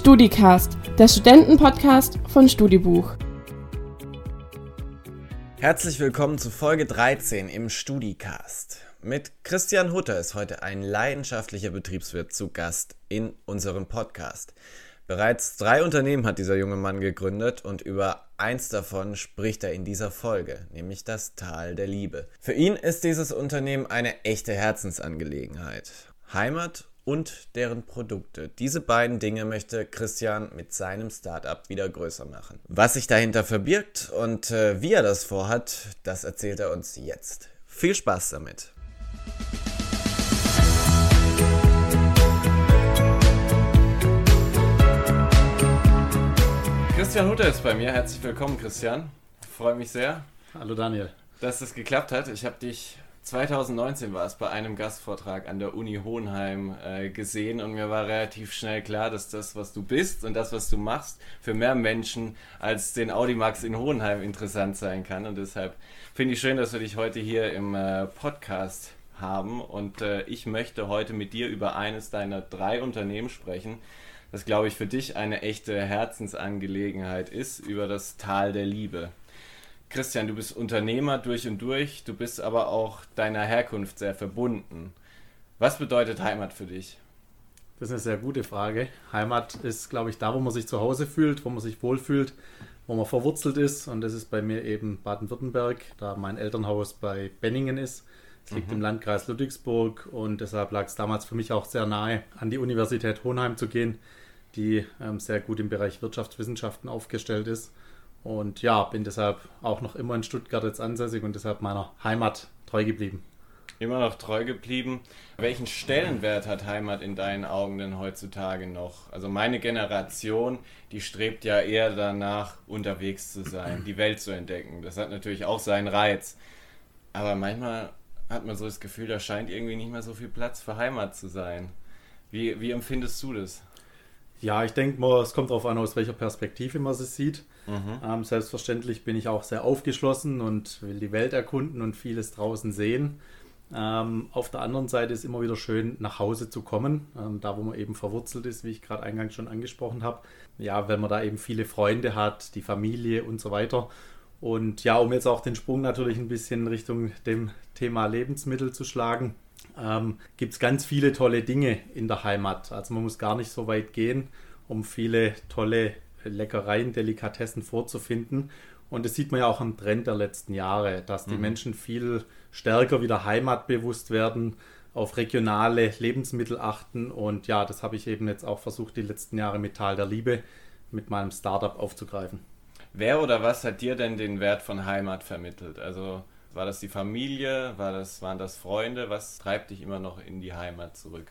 StudiCast, der Studentenpodcast von StudiBuch. Herzlich willkommen zu Folge 13 im StudiCast. Mit Christian Hutter ist heute ein leidenschaftlicher Betriebswirt zu Gast in unserem Podcast. Bereits 3 Unternehmen hat dieser junge Mann gegründet und über eins davon spricht er in dieser Folge, nämlich das Tal der Liebe. Für ihn ist dieses Unternehmen eine echte Herzensangelegenheit. Heimat und deren Produkte. Diese beiden Dinge möchte Christian mit seinem Startup wieder größer machen. Was sich dahinter verbirgt und wie er das vorhat, das erzählt er uns jetzt. Viel Spaß damit! Christian Hutter ist bei mir. Herzlich willkommen, Christian. Ich freue mich sehr. Hallo Daniel. Dass es geklappt hat. Ich habe dich 2019 war es bei einem Gastvortrag an der Uni Hohenheim gesehen und mir war relativ schnell klar, dass das, was du bist und das, was du machst, für mehr Menschen als den Audimax in Hohenheim interessant sein kann. Und deshalb finde ich schön, dass wir dich heute hier im Podcast haben. Und ich möchte heute mit dir über eines deiner 3 Unternehmen sprechen, das, glaube ich, für dich eine echte Herzensangelegenheit ist, über das Tal der Liebe. Christian, du bist Unternehmer durch und durch, du bist aber auch deiner Herkunft sehr verbunden. Was bedeutet Heimat für dich? Das ist eine sehr gute Frage. Heimat ist, glaube ich, da, wo man sich zu Hause fühlt, wo man sich wohlfühlt, wo man verwurzelt ist. Und das ist bei mir eben Baden-Württemberg, da mein Elternhaus bei Benningen ist. Es liegt im Landkreis Ludwigsburg und deshalb lag es damals für mich auch sehr nahe, an die Universität Hohenheim zu gehen, die sehr gut im Bereich Wirtschaftswissenschaften aufgestellt ist. Und ja, bin deshalb auch noch immer in Stuttgart jetzt ansässig und deshalb meiner Heimat treu geblieben. Immer noch treu geblieben. Welchen Stellenwert hat Heimat in deinen Augen denn heutzutage noch? Also meine Generation, die strebt ja eher danach, unterwegs zu sein, die Welt zu entdecken. Das hat natürlich auch seinen Reiz. Aber manchmal hat man so das Gefühl, da scheint irgendwie nicht mehr so viel Platz für Heimat zu sein. Wie empfindest du das? Ja, ich denke mal, es kommt darauf an, aus welcher Perspektive man es sieht. Selbstverständlich bin ich auch sehr aufgeschlossen und will die Welt erkunden und vieles draußen sehen. Auf der anderen Seite ist immer wieder schön, nach Hause zu kommen, da wo man eben verwurzelt ist, wie ich gerade eingangs schon angesprochen habe. Ja, wenn man da eben viele Freunde hat, die Familie und so weiter. Und ja, um jetzt auch den Sprung natürlich ein bisschen Richtung dem Thema Lebensmittel zu schlagen, gibt es ganz viele tolle Dinge in der Heimat. Also man muss gar nicht so weit gehen, um viele tolle Leckereien, Delikatessen vorzufinden. Und das sieht man ja auch am Trend der letzten Jahre, dass die Menschen viel stärker wieder heimatbewusst werden, auf regionale Lebensmittel achten. Und ja, das habe ich eben jetzt auch versucht, die letzten Jahre mit Tal der Liebe, mit meinem Startup aufzugreifen. Wer oder was hat dir denn den Wert von Heimat vermittelt? Also war das die Familie, waren das Freunde? Was treibt dich immer noch in die Heimat zurück?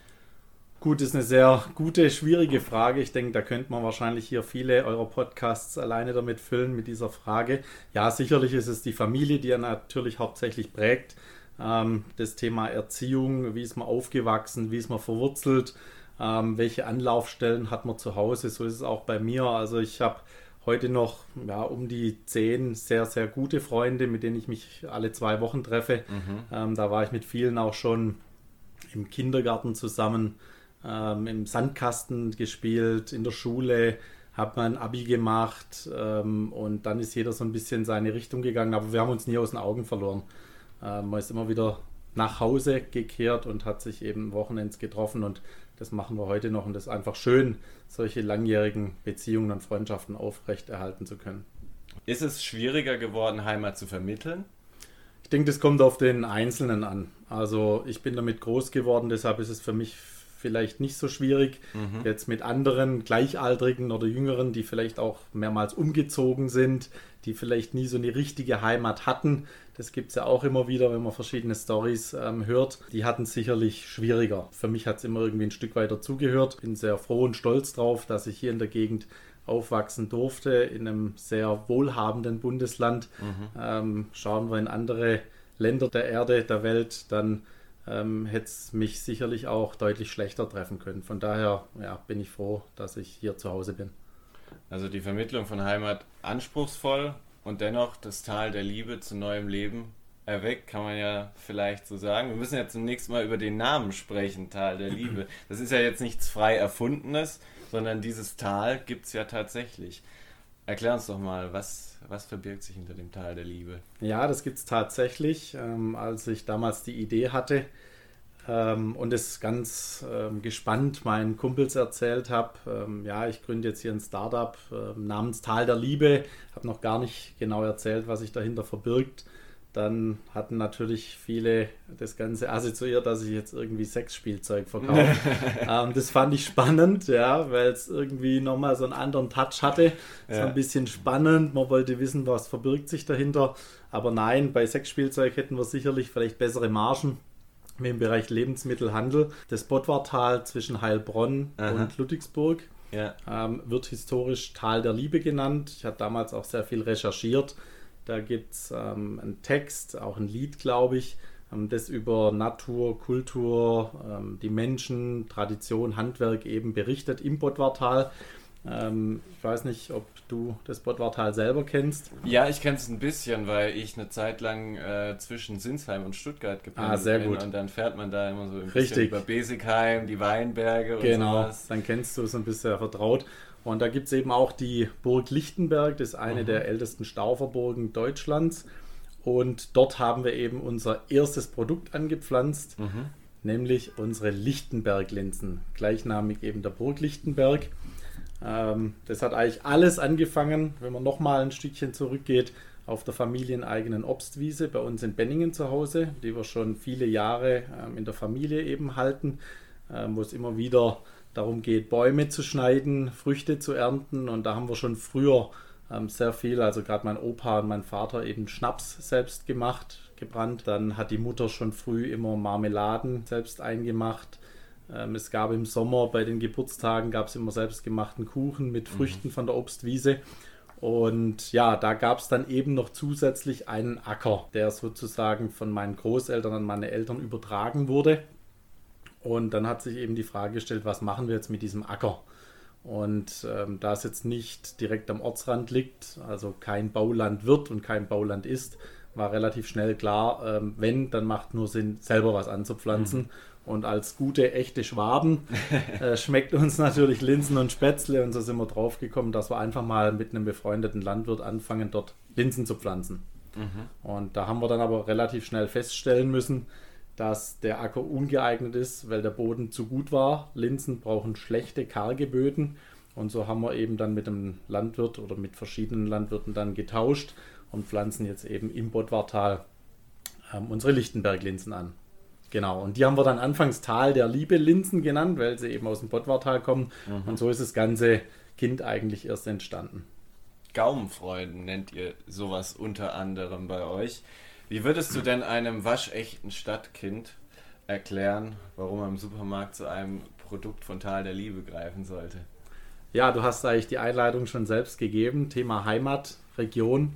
Gut, das ist eine sehr gute, schwierige Frage. Ich denke, da könnte man wahrscheinlich hier viele eurer Podcasts alleine damit füllen, mit dieser Frage. Ja, sicherlich ist es die Familie, die ja natürlich hauptsächlich prägt. Das Thema Erziehung, wie ist man aufgewachsen, wie ist man verwurzelt, welche Anlaufstellen hat man zu Hause. So ist es auch bei mir. Also ich habe heute noch um die 10 sehr, sehr gute Freunde, mit denen ich mich alle 2 Wochen treffe. Da war ich mit vielen auch schon im Kindergarten zusammen, im Sandkasten gespielt, in der Schule, habe mein Abi gemacht und dann ist jeder so ein bisschen seine Richtung gegangen, aber wir haben uns nie aus den Augen verloren. Man ist immer wieder nach Hause gekehrt und hat sich eben wochenends getroffen und das machen wir heute noch und das ist einfach schön, solche langjährigen Beziehungen und Freundschaften aufrechterhalten zu können. Ist es schwieriger geworden, Heimat zu vermitteln? Ich denke, das kommt auf den Einzelnen an. Also ich bin damit groß geworden, deshalb ist es für mich vielleicht nicht so schwierig. Jetzt mit anderen Gleichaltrigen oder Jüngeren, die vielleicht auch mehrmals umgezogen sind, die vielleicht nie so eine richtige Heimat hatten. Das gibt es ja auch immer wieder, wenn man verschiedene Storys hört. Die hatten es sicherlich schwieriger. Für mich hat es immer irgendwie ein Stück weit dazugehört. Bin sehr froh und stolz drauf, dass ich hier in der Gegend aufwachsen durfte, in einem sehr wohlhabenden Bundesland. Schauen wir in andere Länder der Erde, der Welt, dann hätte es mich sicherlich auch deutlich schlechter treffen können. Von daher bin ich froh, dass ich hier zu Hause bin. Also die Vermittlung von Heimat anspruchsvoll und dennoch das Tal der Liebe zu neuem Leben erweckt, kann man ja vielleicht so sagen. Wir müssen ja zunächst mal über den Namen sprechen, Tal der Liebe. Das ist ja jetzt nichts frei Erfundenes, sondern dieses Tal gibt es ja tatsächlich. Erklär uns doch mal, was verbirgt sich hinter dem Tal der Liebe? Ja, das gibt es tatsächlich. Als ich damals die Idee hatte und es ganz gespannt meinen Kumpels erzählt habe, ja, ich gründe jetzt hier ein Startup namens Tal der Liebe, habe noch gar nicht genau erzählt, was sich dahinter verbirgt. Dann hatten natürlich viele das Ganze assoziiert, dass ich jetzt irgendwie Sexspielzeug verkaufe. Das fand ich spannend, ja, weil es irgendwie nochmal so einen anderen Touch hatte. Es war ein bisschen spannend, man wollte wissen, was verbirgt sich dahinter. Aber nein, bei Sexspielzeug hätten wir sicherlich vielleicht bessere Margen wie im Bereich Lebensmittelhandel. Das Bottwartal zwischen Heilbronn und Ludwigsburg wird historisch Tal der Liebe genannt. Ich habe damals auch sehr viel recherchiert. Da gibt es einen Text, auch ein Lied, glaube ich, das über Natur, Kultur, die Menschen, Tradition, Handwerk eben berichtet im Bottwartal. Ich weiß nicht, ob du das Bottwartal selber kennst. Ja, ich kenne es ein bisschen, weil ich eine Zeit lang zwischen Sinsheim und Stuttgart gependelt sehr bin. gut. Und dann fährt man da immer so ein bisschen über Besigheim, die Weinberge und sowas. Dann kennst du es ein bisschen vertraut. Und da gibt es eben auch die Burg Lichtenberg, das ist eine der ältesten Stauferburgen Deutschlands. Und dort haben wir eben unser erstes Produkt angepflanzt, nämlich unsere Lichtenberg-Linsen, gleichnamig eben der Burg Lichtenberg. Das hat eigentlich alles angefangen, wenn man nochmal ein Stückchen zurückgeht, auf der familieneigenen Obstwiese bei uns in Benningen zu Hause, die wir schon viele Jahre in der Familie eben halten, wo es immer wieder darum geht, Bäume zu schneiden, Früchte zu ernten, und da haben wir schon früher sehr viel, also gerade mein Opa und mein Vater eben Schnaps selbst gemacht, gebrannt. Dann hat die Mutter schon früh immer Marmeladen selbst eingemacht. Es gab im Sommer bei den Geburtstagen gab es immer selbstgemachten Kuchen mit Früchten von der Obstwiese. Und ja, da gab es dann eben noch zusätzlich einen Acker, der sozusagen von meinen Großeltern an meine Eltern übertragen wurde. Und dann hat sich eben die Frage gestellt, was machen wir jetzt mit diesem Acker? Und da es jetzt nicht direkt am Ortsrand liegt, also kein Bauland wird und kein Bauland ist, war relativ schnell klar, wenn, dann macht nur Sinn, selber was anzupflanzen. Und als gute, echte Schwaben schmeckt uns natürlich Linsen und Spätzle, und so sind wir drauf gekommen, dass wir einfach mal mit einem befreundeten Landwirt anfangen, dort Linsen zu pflanzen. Und da haben wir dann aber relativ schnell feststellen müssen, dass der Acker ungeeignet ist, weil der Boden zu gut war. Linsen brauchen schlechte, karge Böden, und so haben wir eben dann mit einem Landwirt oder mit verschiedenen Landwirten dann getauscht und pflanzen jetzt eben im Bottwartal unsere Lichtenberg-Linsen an. Genau, und die haben wir dann anfangs Tal der Liebe Linsen genannt, weil sie eben aus dem Bottwartal kommen, und so ist das ganze Kind eigentlich erst entstanden. Gaumenfreuden nennt ihr sowas unter anderem bei euch. Wie würdest du denn einem waschechten Stadtkind erklären, warum er im Supermarkt zu einem Produkt von Tal der Liebe greifen sollte? Ja, du hast eigentlich die Einleitung schon selbst gegeben. Thema Heimat, Region.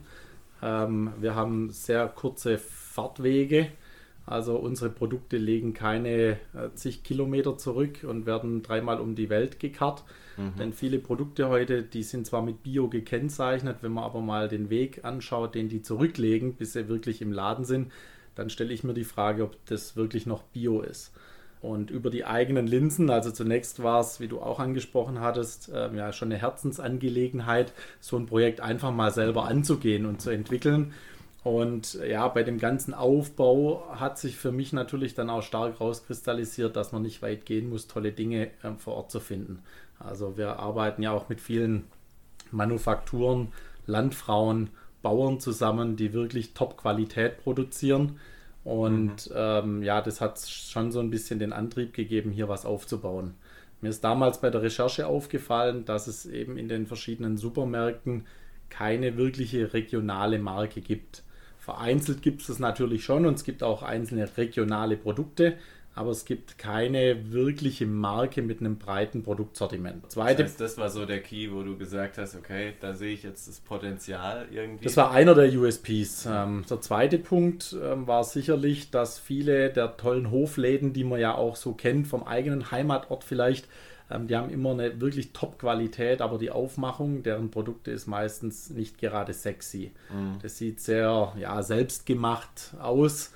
Wir haben sehr kurze Fahrtwege. Also unsere Produkte legen keine zig Kilometer zurück und werden dreimal um die Welt gekarrt. Denn viele Produkte heute, die sind zwar mit Bio gekennzeichnet, wenn man aber mal den Weg anschaut, den die zurücklegen, bis sie wirklich im Laden sind, dann stelle ich mir die Frage, ob das wirklich noch Bio ist. Und über die eigenen Linsen, also zunächst war es, wie du auch angesprochen hattest, ja schon eine Herzensangelegenheit, so ein Projekt einfach mal selber anzugehen und zu entwickeln. Und ja, bei dem ganzen Aufbau hat sich für mich natürlich dann auch stark rauskristallisiert, dass man nicht weit gehen muss, tolle Dinge vor Ort zu finden. Also wir arbeiten ja auch mit vielen Manufakturen, Landfrauen, Bauern zusammen, die wirklich Top-Qualität produzieren. Und ja, das hat schon so ein bisschen den Antrieb gegeben, hier was aufzubauen. Mir ist damals bei der Recherche aufgefallen, dass es eben in den verschiedenen Supermärkten keine wirkliche regionale Marke gibt. Vereinzelt gibt es das natürlich schon, und es gibt auch einzelne regionale Produkte, aber es gibt keine wirkliche Marke mit einem breiten Produktsortiment. Das heißt, das war so der Key, wo du gesagt hast, okay, da sehe ich jetzt das Potenzial irgendwie. Das war einer der USPs. Der zweite Punkt war sicherlich, dass viele der tollen Hofläden, die man ja auch so kennt, vom eigenen Heimatort vielleicht, die haben immer eine wirklich Top-Qualität, aber die Aufmachung deren Produkte ist meistens nicht gerade sexy. Das sieht sehr selbstgemacht aus.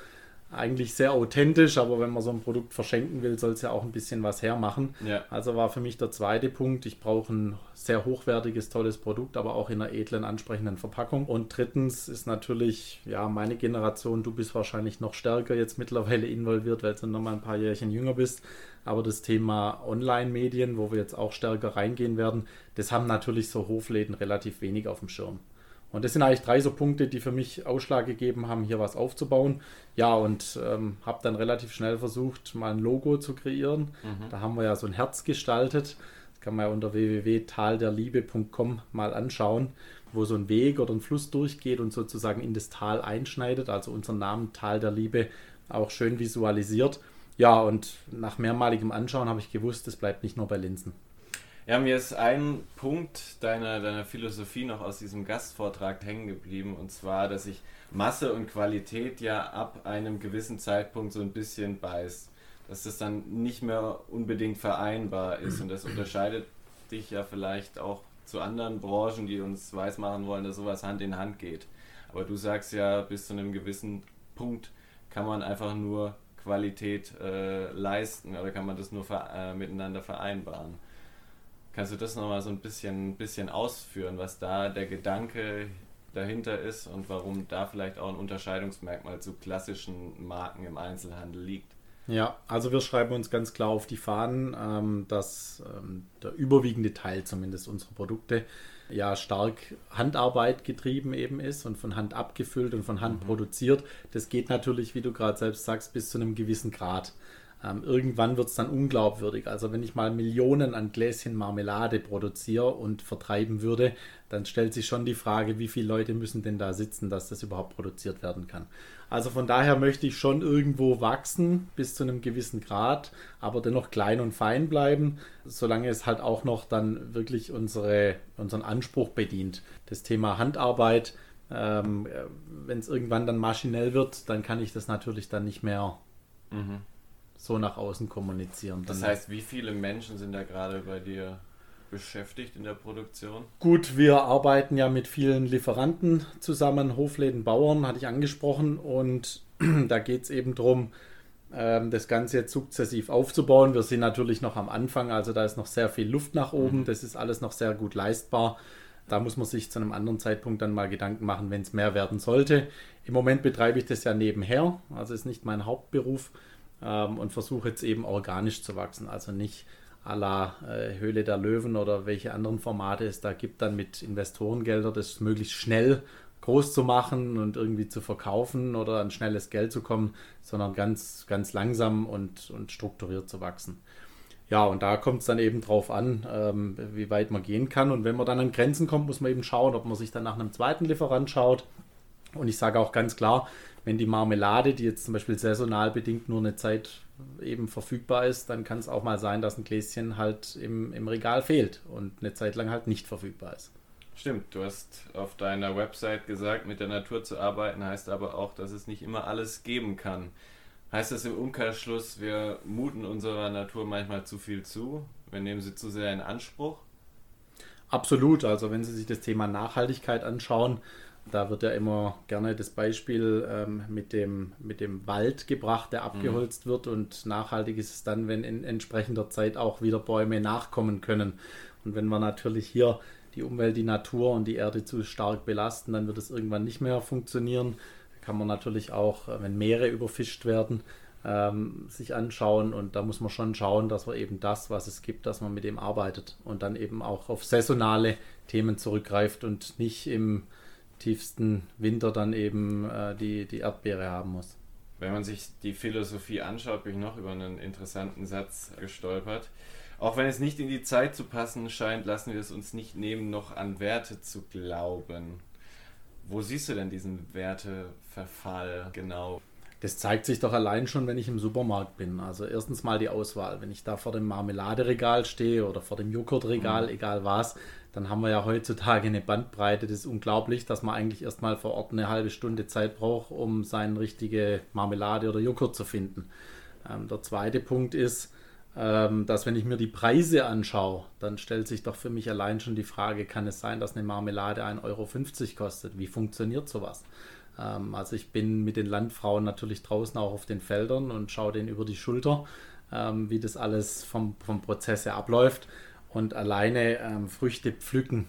eigentlich sehr authentisch, aber wenn man so ein Produkt verschenken will, soll es ja auch ein bisschen was hermachen. Ja. Also war für mich der zweite Punkt, ich brauche ein sehr hochwertiges, tolles Produkt, aber auch in einer edlen, ansprechenden Verpackung. Und drittens ist natürlich, ja, meine Generation, du bist wahrscheinlich noch stärker jetzt mittlerweile involviert, weil du noch mal ein paar Jährchen jünger bist, aber das Thema Online-Medien, wo wir jetzt auch stärker reingehen werden, das haben natürlich so Hofläden relativ wenig auf dem Schirm. Und das sind eigentlich 3 so Punkte, die für mich Ausschlag gegeben haben, hier was aufzubauen. Ja, und habe dann relativ schnell versucht, mal ein Logo zu kreieren. Da haben wir ja so ein Herz gestaltet. Das kann man ja unter www.talderliebe.com mal anschauen, wo so ein Weg oder ein Fluss durchgeht und sozusagen in das Tal einschneidet. Also unseren Namen Tal der Liebe auch schön visualisiert. Ja, und nach mehrmaligem Anschauen habe ich gewusst, es bleibt nicht nur bei Linsen. Ja, mir ist ein Punkt deiner Philosophie noch aus diesem Gastvortrag hängen geblieben, und zwar, dass sich Masse und Qualität ja ab einem gewissen Zeitpunkt so ein bisschen beißt. Dass das dann nicht mehr unbedingt vereinbar ist, und das unterscheidet dich ja vielleicht auch zu anderen Branchen, die uns weismachen wollen, dass sowas Hand in Hand geht. Aber du sagst ja, bis zu einem gewissen Punkt kann man einfach nur Qualität leisten, oder kann man das nur miteinander vereinbaren. Kannst du das nochmal so ein bisschen ausführen, was da der Gedanke dahinter ist und warum da vielleicht auch ein Unterscheidungsmerkmal zu klassischen Marken im Einzelhandel liegt? Ja, also wir schreiben uns ganz klar auf die Fahnen, dass der überwiegende Teil zumindest unserer Produkte ja stark Handarbeit getrieben eben ist und von Hand abgefüllt und von Hand produziert. Das geht natürlich, wie du gerade selbst sagst, bis zu einem gewissen Grad. Irgendwann wird es dann unglaubwürdig. Also wenn ich mal Millionen an Gläschen Marmelade produziere und vertreiben würde, dann stellt sich schon die Frage, wie viele Leute müssen denn da sitzen, dass das überhaupt produziert werden kann. Also von daher möchte ich schon irgendwo wachsen bis zu einem gewissen Grad, aber dennoch klein und fein bleiben, solange es halt auch noch dann wirklich unseren Anspruch bedient. Das Thema Handarbeit, wenn es irgendwann dann maschinell wird, dann kann ich das natürlich dann nicht mehr so nach außen kommunizieren. Das heißt, wie viele Menschen sind da gerade bei dir beschäftigt in der Produktion? Gut, wir arbeiten ja mit vielen Lieferanten zusammen, Hofläden, Bauern, hatte ich angesprochen, und da geht es eben darum, das Ganze jetzt sukzessiv aufzubauen. Wir sind natürlich noch am Anfang, also da ist noch sehr viel Luft nach oben, das ist alles noch sehr gut leistbar. Da muss man sich zu einem anderen Zeitpunkt dann mal Gedanken machen, wenn es mehr werden sollte. Im Moment betreibe ich das ja nebenher, also ist nicht mein Hauptberuf, und versuche jetzt eben organisch zu wachsen, also nicht à la Höhle der Löwen oder welche anderen Formate es da gibt, dann mit Investorengelder das möglichst schnell groß zu machen und irgendwie zu verkaufen oder an schnelles Geld zu kommen, sondern ganz, ganz langsam und strukturiert zu wachsen. Ja, und da kommt es dann eben drauf an, wie weit man gehen kann, und wenn man dann an Grenzen kommt, muss man eben schauen, ob man sich dann nach einem zweiten Lieferant schaut. Und ich sage auch ganz klar, wenn die Marmelade, die jetzt zum Beispiel saisonal bedingt nur eine Zeit eben verfügbar ist, dann kann es auch mal sein, dass ein Gläschen halt im Regal fehlt und eine Zeit lang halt nicht verfügbar ist. Stimmt, du hast auf deiner Website gesagt, mit der Natur zu arbeiten, heißt aber auch, dass es nicht immer alles geben kann. Heißt das im Umkehrschluss, wir muten unserer Natur manchmal zu viel zu? Wir nehmen sie zu sehr in Anspruch? Absolut, also wenn Sie sich das Thema Nachhaltigkeit anschauen, da wird ja immer gerne das Beispiel mit dem Wald gebracht, der abgeholzt wird, und nachhaltig ist es dann, wenn in entsprechender Zeit auch wieder Bäume nachkommen können. Und wenn wir natürlich hier die Umwelt, die Natur und die Erde zu stark belasten, dann wird es irgendwann nicht mehr funktionieren. Da kann man natürlich auch, wenn Meere überfischt werden, sich anschauen, und da muss man schon schauen, dass wir eben das, was es gibt, dass man mit dem arbeitet und dann eben auch auf saisonale Themen zurückgreift und nicht im tiefsten Winter dann eben die Erdbeere haben muss. Wenn man sich die Philosophie anschaut, bin ich noch über einen interessanten Satz gestolpert. Auch wenn es nicht in die Zeit zu passen scheint, lassen wir es uns nicht nehmen, noch an Werte zu glauben. Wo siehst du denn diesen Werteverfall genau? Das zeigt sich doch allein schon, wenn ich im Supermarkt bin. Also erstens mal die Auswahl. Wenn ich da vor dem Marmeladeregal stehe oder vor dem Joghurtregal, egal was, dann haben wir ja heutzutage eine Bandbreite. Das ist unglaublich, dass man eigentlich erstmal vor Ort eine halbe Stunde Zeit braucht, um seine richtige Marmelade oder Joghurt zu finden. Der zweite Punkt ist, dass wenn ich mir die Preise anschaue, dann stellt sich doch für mich allein schon die Frage, kann es sein, dass eine Marmelade 1,50 € kostet? Wie funktioniert sowas? Also ich bin mit den Landfrauen natürlich draußen auch auf den Feldern und schaue denen über die Schulter, wie das alles vom Prozess her abläuft. Und alleine Früchte pflücken,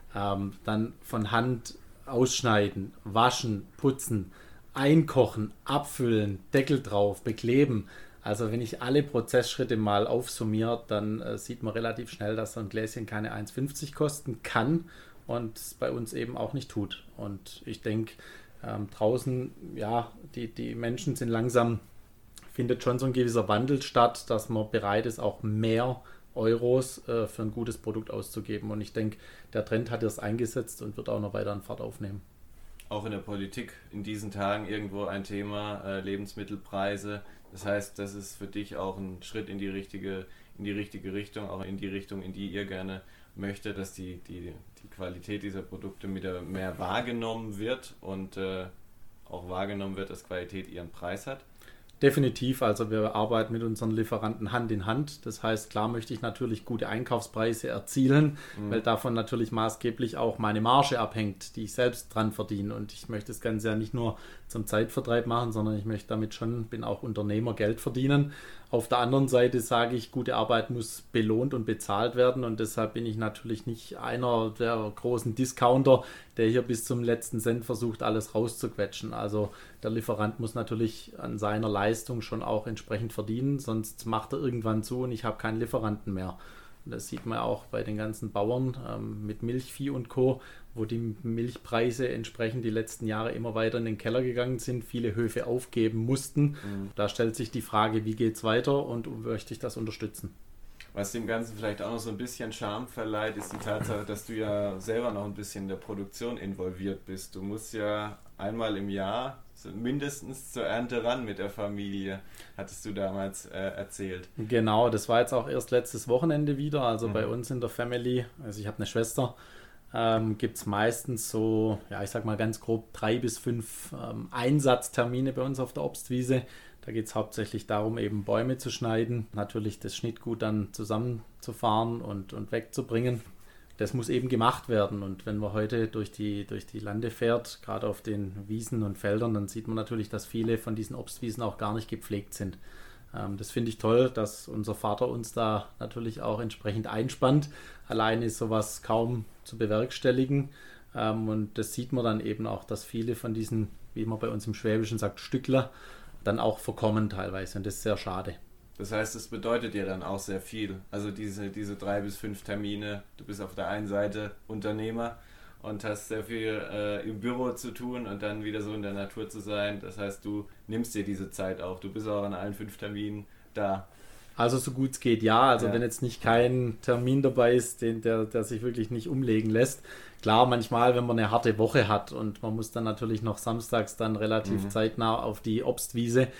dann von Hand ausschneiden, waschen, putzen, einkochen, abfüllen, Deckel drauf, bekleben. Also wenn ich alle Prozessschritte mal aufsummiere, dann sieht man relativ schnell, dass so ein Gläschen keine 1,50 kosten kann und es bei uns eben auch nicht tut. Und ich denke, draußen, ja, die Menschen sind langsam, findet schon so ein gewisser Wandel statt, dass man bereit ist, auch mehr Euros für ein gutes Produkt auszugeben. Und ich denke, der Trend hat jetzt eingesetzt und wird auch noch weiter an Fahrt aufnehmen. Auch in der Politik in diesen Tagen irgendwo ein Thema, Lebensmittelpreise. Das heißt, das ist für dich auch ein Schritt in die richtige Richtung, auch in die Richtung, in die ihr gerne möchtet, dass die Qualität dieser Produkte wieder mehr wahrgenommen wird und auch wahrgenommen wird, dass Qualität ihren Preis hat. Definitiv, also wir arbeiten mit unseren Lieferanten Hand in Hand. Das heißt, klar möchte ich natürlich gute Einkaufspreise erzielen, weil davon natürlich maßgeblich auch meine Marge abhängt, die ich selbst dran verdiene. Und ich möchte das Ganze ja nicht nur zum Zeitvertreib machen, sondern ich möchte damit schon, bin auch Unternehmer, Geld verdienen. Auf der anderen Seite sage ich, gute Arbeit muss belohnt und bezahlt werden und deshalb bin ich natürlich nicht einer der großen Discounter, der hier bis zum letzten Cent versucht, alles rauszuquetschen. Also der Lieferant muss natürlich an seiner Leistung schon auch entsprechend verdienen, sonst macht er irgendwann zu und ich habe keinen Lieferanten mehr. Und das sieht man auch bei den ganzen Bauern mit Milchvieh und Co., wo die Milchpreise entsprechend die letzten Jahre immer weiter in den Keller gegangen sind, viele Höfe aufgeben mussten. Da stellt sich die Frage, wie geht es weiter und möchte ich das unterstützen? Was dem Ganzen vielleicht auch noch so ein bisschen Charme verleiht, ist die Tatsache, dass du ja selber noch ein bisschen in der Produktion involviert bist. Du musst ja einmal im Jahr mindestens zur Ernte ran mit der Familie, hattest du damals erzählt. Genau, das war jetzt auch erst letztes Wochenende wieder. Also bei uns in der Family, also ich habe eine Schwester, gibt es meistens so, ja ich sag mal ganz grob 3 bis 5 Einsatztermine bei uns auf der Obstwiese. Da geht es hauptsächlich darum, eben Bäume zu schneiden, natürlich das Schnittgut dann zusammenzufahren und wegzubringen. Das muss eben gemacht werden und wenn man heute durch die Lande fährt, gerade auf den Wiesen und Feldern, dann sieht man natürlich, dass viele von diesen Obstwiesen auch gar nicht gepflegt sind. Das finde ich toll, dass unser Vater uns da natürlich auch entsprechend einspannt. Alleine ist sowas kaum zu bewerkstelligen und das sieht man dann eben auch, dass viele von diesen, wie man bei uns im Schwäbischen sagt, Stückler, dann auch verkommen teilweise und das ist sehr schade. Das heißt, es bedeutet dir dann auch sehr viel. Also diese 3 bis 5 Termine, du bist auf der einen Seite Unternehmer und hast sehr viel im Büro zu tun und dann wieder so in der Natur zu sein. Das heißt, du nimmst dir diese Zeit auch. Du bist auch an allen 5 Terminen da. Also so gut es geht, ja. Also wenn jetzt nicht kein Termin dabei ist, der sich wirklich nicht umlegen lässt. Klar, manchmal, wenn man eine harte Woche hat und man muss dann natürlich noch samstags dann relativ zeitnah auf die Obstwiese,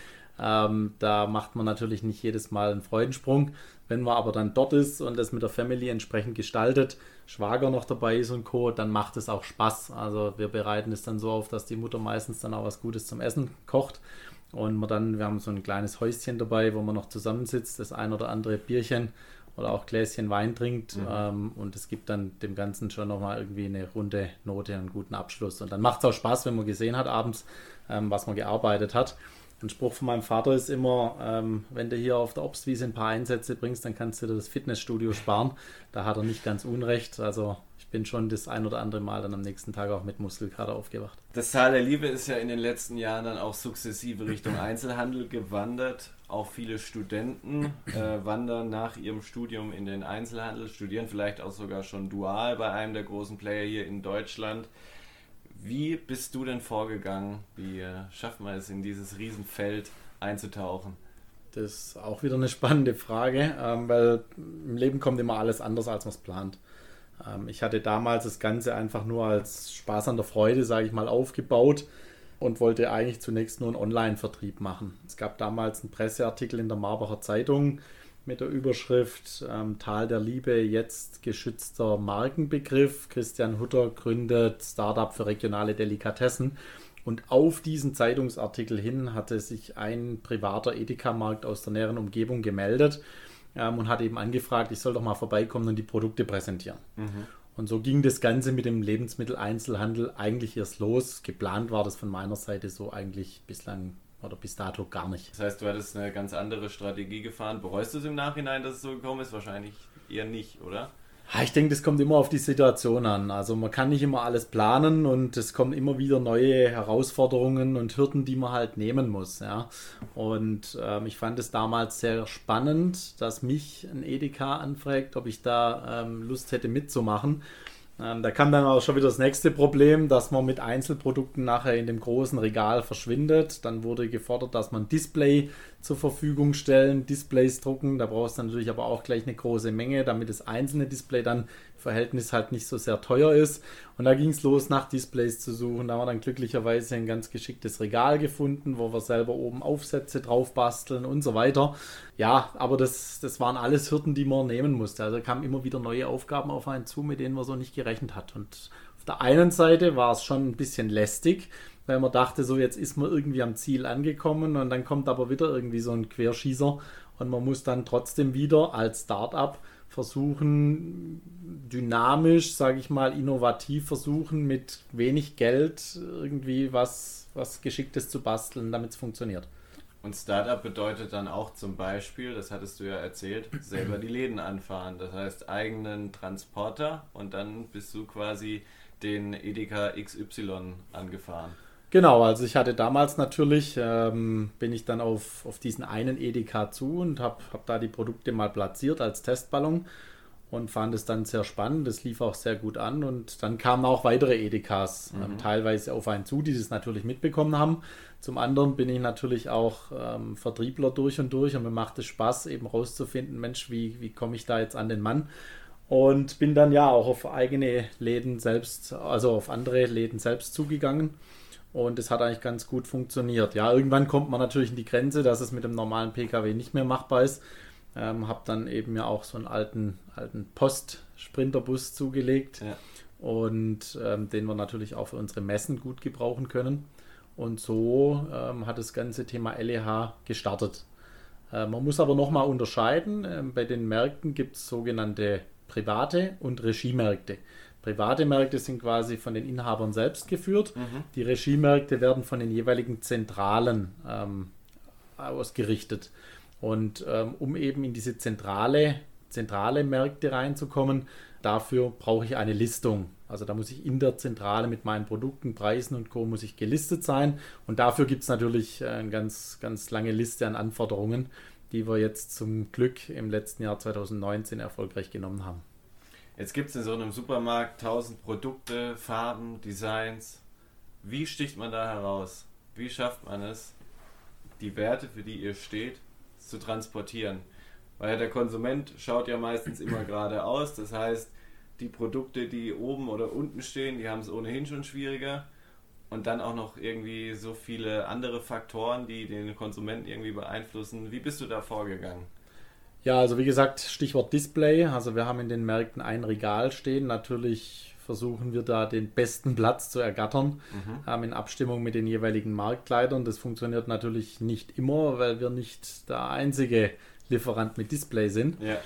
da macht man natürlich nicht jedes Mal einen Freudensprung. Wenn man aber dann dort ist und das mit der Family entsprechend gestaltet, Schwager noch dabei ist und Co., dann macht es auch Spaß. Also wir bereiten es dann so auf, dass die Mutter meistens dann auch was Gutes zum Essen kocht. Und wir haben so ein kleines Häuschen dabei, wo man noch zusammensitzt, das ein oder andere Bierchen oder auch Gläschen Wein trinkt. Und es gibt dann dem Ganzen schon nochmal irgendwie eine runde Note, einen guten Abschluss. Und dann macht es auch Spaß, wenn man gesehen hat abends, was man gearbeitet hat. Ein Spruch von meinem Vater ist immer, wenn du hier auf der Obstwiese ein paar Einsätze bringst, dann kannst du dir das Fitnessstudio sparen. Da hat er nicht ganz unrecht. Also ich bin schon das ein oder andere Mal dann am nächsten Tag auch mit Muskelkater aufgewacht. Das Tal der Liebe ist ja in den letzten Jahren dann auch sukzessive Richtung Einzelhandel gewandert. Auch viele Studenten wandern nach ihrem Studium in den Einzelhandel, studieren vielleicht auch sogar schon dual bei einem der großen Player hier in Deutschland. Wie bist du denn vorgegangen? Wie schaffen wir es, in dieses Riesenfeld einzutauchen? Das ist auch wieder eine spannende Frage, weil im Leben kommt immer alles anders, als man es plant. Ich hatte damals das Ganze einfach nur als Spaß an der Freude, sage ich mal, aufgebaut und wollte eigentlich zunächst nur einen Online-Vertrieb machen. Es gab damals einen Presseartikel in der Marbacher Zeitung mit der Überschrift Tal der Liebe, jetzt geschützter Markenbegriff. Christian Hutter gründet Startup für regionale Delikatessen. Und auf diesen Zeitungsartikel hin hatte sich ein privater Edeka-Markt aus der näheren Umgebung gemeldet und hat eben angefragt, ich soll doch mal vorbeikommen und die Produkte präsentieren. Und so ging das Ganze mit dem Lebensmitteleinzelhandel eigentlich erst los. Geplant war das von meiner Seite so eigentlich bislang oder bis dato gar nicht. Das heißt, du hattest eine ganz andere Strategie gefahren. Bereust du es im Nachhinein, dass es so gekommen ist? Wahrscheinlich eher nicht, oder? Ich denke, das kommt immer auf die Situation an. Also man kann nicht immer alles planen und es kommen immer wieder neue Herausforderungen und Hürden, die man halt nehmen muss. Ja. Und ich fand es damals sehr spannend, dass mich ein Edeka anfragt, ob ich da Lust hätte mitzumachen. Da kam dann auch schon wieder das nächste Problem, dass man mit Einzelprodukten nachher in dem großen Regal verschwindet. Dann wurde gefordert, dass man Display zur Verfügung stellen, Displays drucken. Da brauchst du natürlich aber auch gleich eine große Menge, damit das einzelne Display dann im Verhältnis halt nicht so sehr teuer ist. Und da ging es los, nach Displays zu suchen. Da haben wir dann glücklicherweise ein ganz geschicktes Regal gefunden, wo wir selber oben Aufsätze drauf basteln und so weiter. Ja, aber das waren alles Hürden, die man nehmen musste. Also kamen immer wieder neue Aufgaben auf einen zu, mit denen man so nicht gerechnet hat. Und auf der einen Seite war es schon ein bisschen lästig, weil man dachte, so jetzt ist man irgendwie am Ziel angekommen und dann kommt aber wieder irgendwie so ein Querschießer und man muss dann trotzdem wieder als Start-up versuchen, dynamisch, sage ich mal, innovativ versuchen, mit wenig Geld irgendwie was Geschicktes zu basteln, damit es funktioniert. Und Startup bedeutet dann auch zum Beispiel, das hattest du ja erzählt, selber die Läden anfahren. Das heißt eigenen Transporter und dann bist du quasi den Edeka XY angefahren. Genau, also ich hatte damals natürlich, bin ich dann auf diesen einen Edeka zu und hab da die Produkte mal platziert als Testballon und fand es dann sehr spannend. Das lief auch sehr gut an und dann kamen auch weitere Edekas teilweise auf einen zu, die das natürlich mitbekommen haben. Zum anderen bin ich natürlich auch Vertriebler durch und mir macht es Spaß, eben rauszufinden, Mensch, wie komme ich da jetzt an den Mann? Und bin dann ja auch auf eigene Läden selbst, also auf andere Läden selbst zugegangen. Und es hat eigentlich ganz gut funktioniert. Ja, irgendwann kommt man natürlich in die Grenze, dass es mit dem normalen PKW nicht mehr machbar ist. Habe dann eben ja auch so einen alten Post-Sprinterbus zugelegt und den wir natürlich auch für unsere Messen gut gebrauchen können. Und so hat das ganze Thema LEH gestartet. Man muss aber nochmal unterscheiden. Bei den Märkten gibt es sogenannte private und Regiemärkte. Private Märkte sind quasi von den Inhabern selbst geführt. Die Regiemärkte werden von den jeweiligen Zentralen ausgerichtet. Und um eben in diese zentrale Märkte reinzukommen, dafür brauche ich eine Listung. Also da muss ich in der Zentrale mit meinen Produkten, Preisen und Co. muss ich gelistet sein. Und dafür gibt es natürlich eine ganz, ganz lange Liste an Anforderungen, die wir jetzt zum Glück im letzten Jahr 2019 erfolgreich genommen haben. Jetzt gibt es in so einem Supermarkt 1000 Produkte, Farben, Designs. Wie sticht man da heraus? Wie schafft man es, die Werte, für die ihr steht, zu transportieren? Weil der Konsument schaut ja meistens immer geradeaus. Das heißt, die Produkte, die oben oder unten stehen, die haben es ohnehin schon schwieriger. Und dann auch noch irgendwie so viele andere Faktoren, die den Konsumenten irgendwie beeinflussen. Wie bist du da vorgegangen? Ja, also wie gesagt, Stichwort Display. Also wir haben in den Märkten ein Regal stehen. Natürlich versuchen wir da den besten Platz zu ergattern, in Abstimmung mit den jeweiligen Marktleitern. Das funktioniert natürlich nicht immer, weil wir nicht der einzige Lieferant mit Display sind. Ja.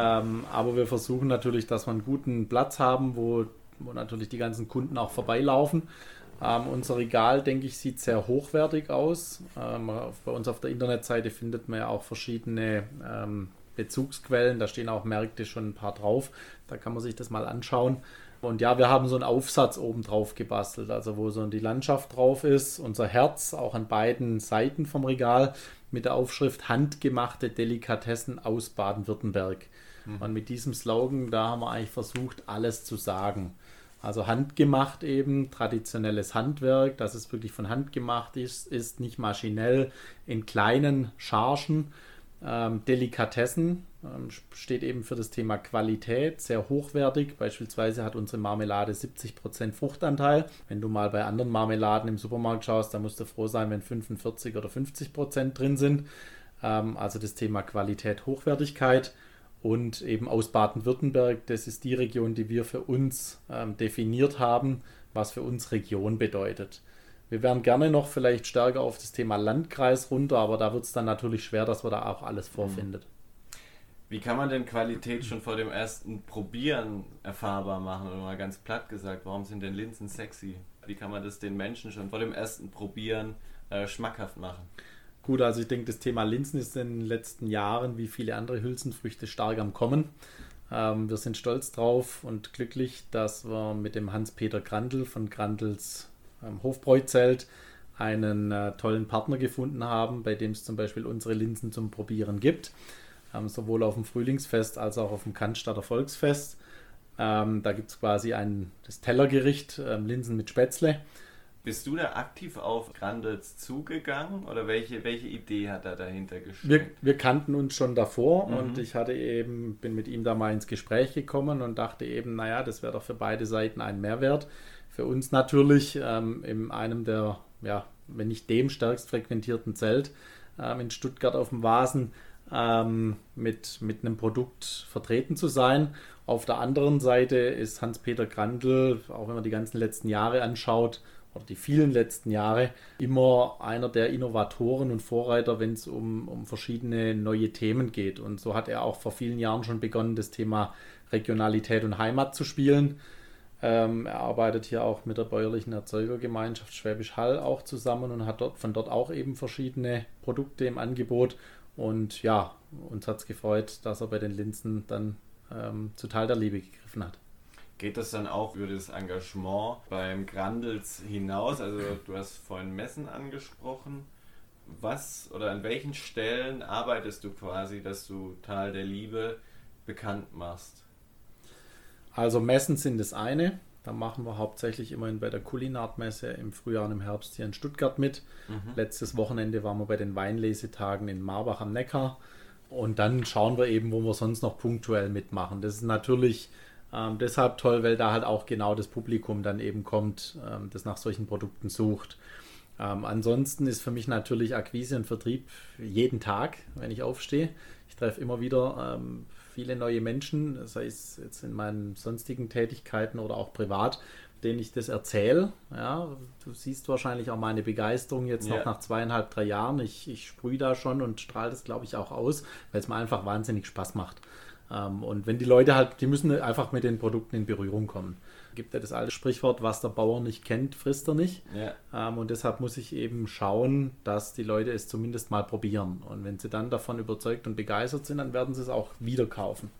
Aber wir versuchen natürlich, dass wir einen guten Platz haben, wo natürlich die ganzen Kunden auch vorbeilaufen. Unser Regal, denke ich, sieht sehr hochwertig aus. Bei uns auf der Internetseite findet man ja auch verschiedene Bezugsquellen. Da stehen auch Märkte schon ein paar drauf. Da kann man sich das mal anschauen. Und ja, wir haben so einen Aufsatz oben drauf gebastelt, also wo so die Landschaft drauf ist, unser Herz auch an beiden Seiten vom Regal mit der Aufschrift handgemachte Delikatessen aus Baden-Württemberg. Und mit diesem Slogan, da haben wir eigentlich versucht, alles zu sagen. Also handgemacht eben, traditionelles Handwerk, dass es wirklich von Hand gemacht ist nicht maschinell, in kleinen Chargen. Delikatessen steht eben für das Thema Qualität, sehr hochwertig. Beispielsweise hat unsere Marmelade 70% Fruchtanteil. Wenn du mal bei anderen Marmeladen im Supermarkt schaust, dann musst du froh sein, wenn 45 oder 50% drin sind. Also das Thema Qualität, Hochwertigkeit. Und eben aus Baden-Württemberg, das ist die Region, die wir für uns definiert haben, was für uns Region bedeutet. Wir wären gerne noch vielleicht stärker auf das Thema Landkreis runter, aber da wird es dann natürlich schwer, dass man da auch alles vorfindet. Wie kann man denn Qualität schon vor dem ersten Probieren erfahrbar machen? Oder mal ganz platt gesagt, warum sind denn Linsen sexy? Wie kann man das den Menschen schon vor dem ersten Probieren schmackhaft machen? Gut, also ich denke, das Thema Linsen ist in den letzten Jahren wie viele andere Hülsenfrüchte stark am Kommen. Wir sind stolz drauf und glücklich, dass wir mit dem Hans-Peter Grandl von Grandls Hofbräuzelt einen tollen Partner gefunden haben, bei dem es zum Beispiel unsere Linsen zum Probieren gibt. Sowohl auf dem Frühlingsfest als auch auf dem Cannstatter Volksfest. Da gibt es quasi das Tellergericht, Linsen mit Spätzle. Bist du da aktiv auf Grandels zugegangen oder welche Idee hat er dahinter gesteckt? Wir kannten uns schon davor und ich bin mit ihm da mal ins Gespräch gekommen und dachte eben, naja, das wäre doch für beide Seiten ein Mehrwert. Für uns natürlich in einem der, wenn nicht dem stärkst frequentierten Zelt in Stuttgart auf dem Vasen, mit einem Produkt vertreten zu sein. Auf der anderen Seite ist Hans-Peter Grandl, auch wenn man die ganzen letzten Jahre anschaut, oder die vielen letzten Jahre, immer einer der Innovatoren und Vorreiter, wenn es um verschiedene neue Themen geht. Und so hat er auch vor vielen Jahren schon begonnen, das Thema Regionalität und Heimat zu spielen. Er arbeitet hier auch mit der bäuerlichen Erzeugergemeinschaft Schwäbisch Hall auch zusammen und hat von dort auch eben verschiedene Produkte im Angebot. Und ja, uns hat es gefreut, dass er bei den Linsen dann zu Teil der Liebe gegriffen hat. Geht das dann auch über das Engagement beim Grandls hinaus? Also du hast vorhin Messen angesprochen. Was oder an welchen Stellen arbeitest du quasi, dass du Tal der Liebe bekannt machst? Also Messen sind das eine. Da machen wir hauptsächlich immerhin bei der Kulinartmesse im Frühjahr und im Herbst hier in Stuttgart mit. Letztes Wochenende waren wir bei den Weinlesetagen in Marbach am Neckar. Und dann schauen wir eben, wo wir sonst noch punktuell mitmachen. Das ist natürlich deshalb toll, weil da halt auch genau das Publikum dann eben kommt, das nach solchen Produkten sucht. Ansonsten ist für mich natürlich Akquise und Vertrieb jeden Tag, wenn ich aufstehe. Ich treffe immer wieder viele neue Menschen, sei es jetzt in meinen sonstigen Tätigkeiten oder auch privat, denen ich das erzähle. Ja, du siehst wahrscheinlich auch meine Begeisterung jetzt noch nach 2,5, 3 Jahren. Ich sprühe da schon und strahle das, glaube ich, auch aus, weil es mir einfach wahnsinnig Spaß macht. Und wenn die Leute die müssen einfach mit den Produkten in Berührung kommen. Gibt ja das alte Sprichwort, was der Bauer nicht kennt, frisst er nicht. Ja. Und deshalb muss ich eben schauen, dass die Leute es zumindest mal probieren. Und wenn sie dann davon überzeugt und begeistert sind, dann werden sie es auch wieder kaufen.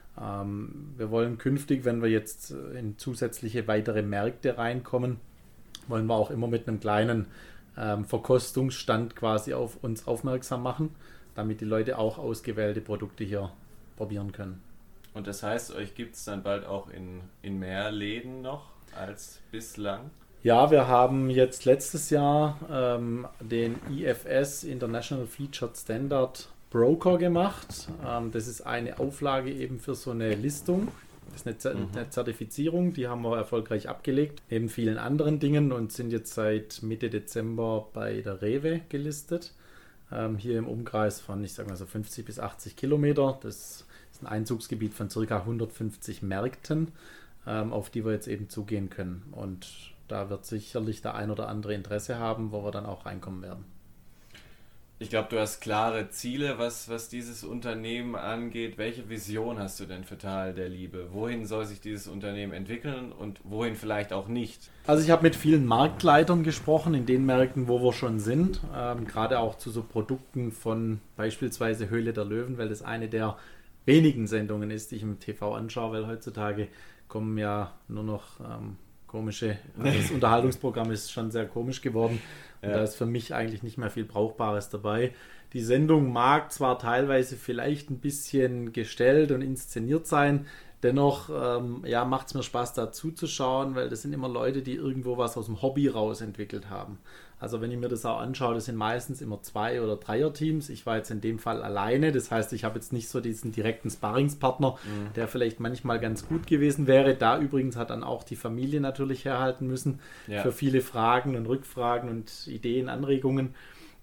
Wir wollen künftig, wenn wir jetzt in zusätzliche weitere Märkte reinkommen, wollen wir auch immer mit einem kleinen Verkostungsstand quasi auf uns aufmerksam machen, damit die Leute auch ausgewählte Produkte hier probieren können. Und das heißt, euch gibt es dann bald auch in mehr Läden noch als bislang? Ja, wir haben jetzt letztes Jahr den IFS International Featured Standard Broker gemacht. Das ist eine Auflage eben für so eine Listung. Das ist eine Zertifizierung, die haben wir erfolgreich abgelegt, neben vielen anderen Dingen und sind jetzt seit Mitte Dezember bei der Rewe gelistet. Hier im Umkreis von, ich sage mal so 50 bis 80 Kilometer. Das ist ein Einzugsgebiet von ca. 150 Märkten, auf die wir jetzt eben zugehen können. Und da wird sicherlich der ein oder andere Interesse haben, wo wir dann auch reinkommen werden. Ich glaube, du hast klare Ziele, was dieses Unternehmen angeht. Welche Vision hast du denn für Tal der Liebe? Wohin soll sich dieses Unternehmen entwickeln und wohin vielleicht auch nicht? Also ich habe mit vielen Marktleitern gesprochen, in den Märkten, wo wir schon sind. Gerade auch zu so Produkten von beispielsweise Höhle der Löwen, weil das eine der wenigen Sendungen ist, die ich im TV anschaue, weil heutzutage kommen ja nur noch komische, das Unterhaltungsprogramm ist schon sehr komisch geworden. Und da ist für mich eigentlich nicht mehr viel Brauchbares dabei. Die Sendung mag zwar teilweise vielleicht ein bisschen gestellt und inszeniert sein, dennoch macht es mir Spaß, da zuzuschauen, weil das sind immer Leute, die irgendwo was aus dem Hobby raus entwickelt haben. Also wenn ich mir das auch anschaue, das sind meistens immer 2- oder 3er-Teams. Ich war jetzt in dem Fall alleine, das heißt, ich habe jetzt nicht so diesen direkten Sparringspartner, der vielleicht manchmal ganz gut gewesen wäre. Da übrigens hat dann auch die Familie natürlich herhalten müssen für viele Fragen und Rückfragen und Ideen, Anregungen.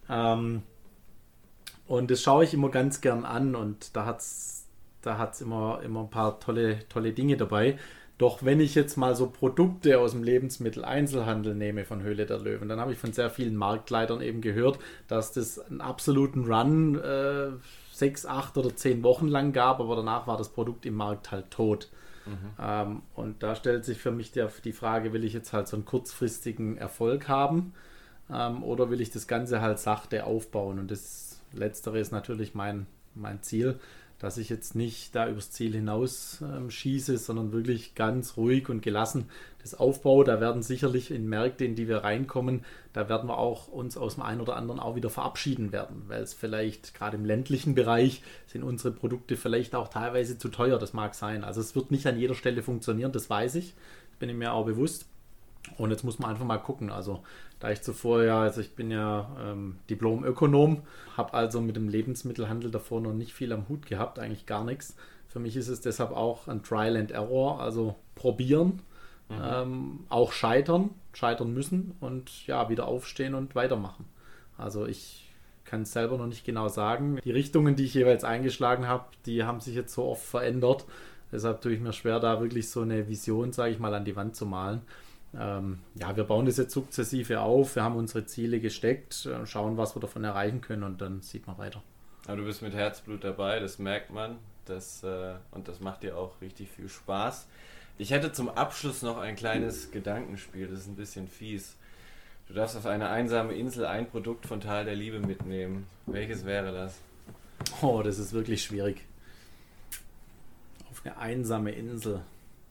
Und das schaue ich immer ganz gern an und da hat's immer ein paar tolle Dinge dabei. Doch wenn ich jetzt mal so Produkte aus dem Lebensmitteleinzelhandel nehme von Höhle der Löwen, dann habe ich von sehr vielen Marktleitern eben gehört, dass das einen absoluten Run 6, 8 oder 10 Wochen lang gab, aber danach war das Produkt im Markt halt tot. Und da stellt sich für mich die Frage, will ich jetzt halt so einen kurzfristigen Erfolg haben oder will ich das Ganze halt sachte aufbauen? Und das Letztere ist natürlich mein Ziel, dass ich jetzt nicht da übers Ziel hinaus schieße, sondern wirklich ganz ruhig und gelassen das aufbaue. Da werden sicherlich in Märkte, in die wir reinkommen, da werden wir auch uns aus dem einen oder anderen auch wieder verabschieden werden, weil es vielleicht gerade im ländlichen Bereich sind unsere Produkte vielleicht auch teilweise zu teuer, das mag sein. Also es wird nicht an jeder Stelle funktionieren, das weiß ich, bin ich mir auch bewusst. Und jetzt muss man einfach mal gucken. Also da ich zuvor ich bin ja Diplom-Ökonom, habe also mit dem Lebensmittelhandel davor noch nicht viel am Hut gehabt, eigentlich gar nichts. Für mich ist es deshalb auch ein Trial and Error, also probieren, auch scheitern müssen und ja, wieder aufstehen und weitermachen. Also ich kann es selber noch nicht genau sagen. Die Richtungen, die ich jeweils eingeschlagen habe, die haben sich jetzt so oft verändert. Deshalb tue ich mir schwer, da wirklich so eine Vision, sage ich mal, an die Wand zu malen. Wir bauen das jetzt sukzessive auf, wir haben unsere Ziele gesteckt, schauen, was wir davon erreichen können und dann sieht man weiter. Aber du bist mit Herzblut dabei, das merkt man, und das macht dir auch richtig viel Spaß. Ich hätte zum Abschluss noch ein kleines Gedankenspiel, das ist ein bisschen fies. Du darfst auf eine einsame Insel ein Produkt von Tal der Liebe mitnehmen. Welches wäre das? Oh, das ist wirklich schwierig. Auf eine einsame Insel.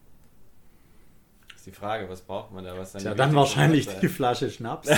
Die Frage, was braucht man da? Dann wahrscheinlich die Flasche Schnaps.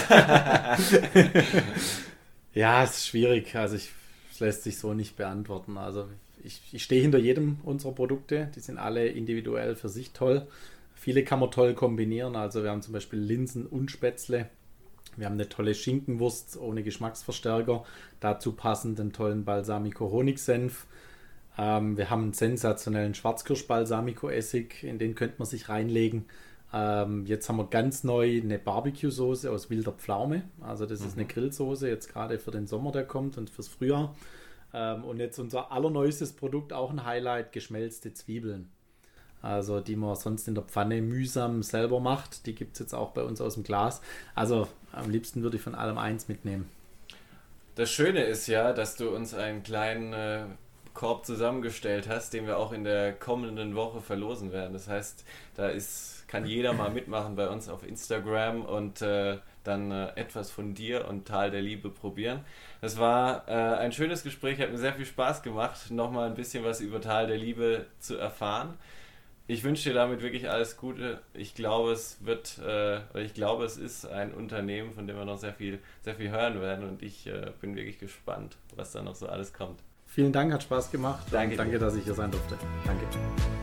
Ja, es ist schwierig. Also es lässt sich so nicht beantworten. Also ich stehe hinter jedem unserer Produkte. Die sind alle individuell für sich toll. Viele kann man toll kombinieren. Also wir haben zum Beispiel Linsen und Spätzle. Wir haben eine tolle Schinkenwurst ohne Geschmacksverstärker. Dazu passend einen tollen Balsamico-Honigsenf. Wir haben einen sensationellen Schwarzkirsch-Balsamico-Essig. In den könnte man sich reinlegen. Jetzt haben wir ganz neu eine Barbecue-Soße aus wilder Pflaume. Also das ist eine Grillsoße, jetzt gerade für den Sommer, der kommt und fürs Frühjahr. Und jetzt unser allerneuestes Produkt, auch ein Highlight, geschmelzte Zwiebeln. Also die man sonst in der Pfanne mühsam selber macht. Die gibt es jetzt auch bei uns aus dem Glas. Also am liebsten würde ich von allem eins mitnehmen. Das Schöne ist ja, dass du uns einen kleinen Korb zusammengestellt hast, den wir auch in der kommenden Woche verlosen werden. Das heißt, kann jeder mal mitmachen bei uns auf Instagram und dann etwas von dir und Tal der Liebe probieren. Das war ein schönes Gespräch, hat mir sehr viel Spaß gemacht, nochmal ein bisschen was über Tal der Liebe zu erfahren. Ich wünsche dir damit wirklich alles Gute. Ich glaube, es ist ein Unternehmen, von dem wir noch sehr viel hören werden und ich bin wirklich gespannt, was da noch so alles kommt. Vielen Dank, hat Spaß gemacht. Danke, dass ich hier sein durfte. Danke.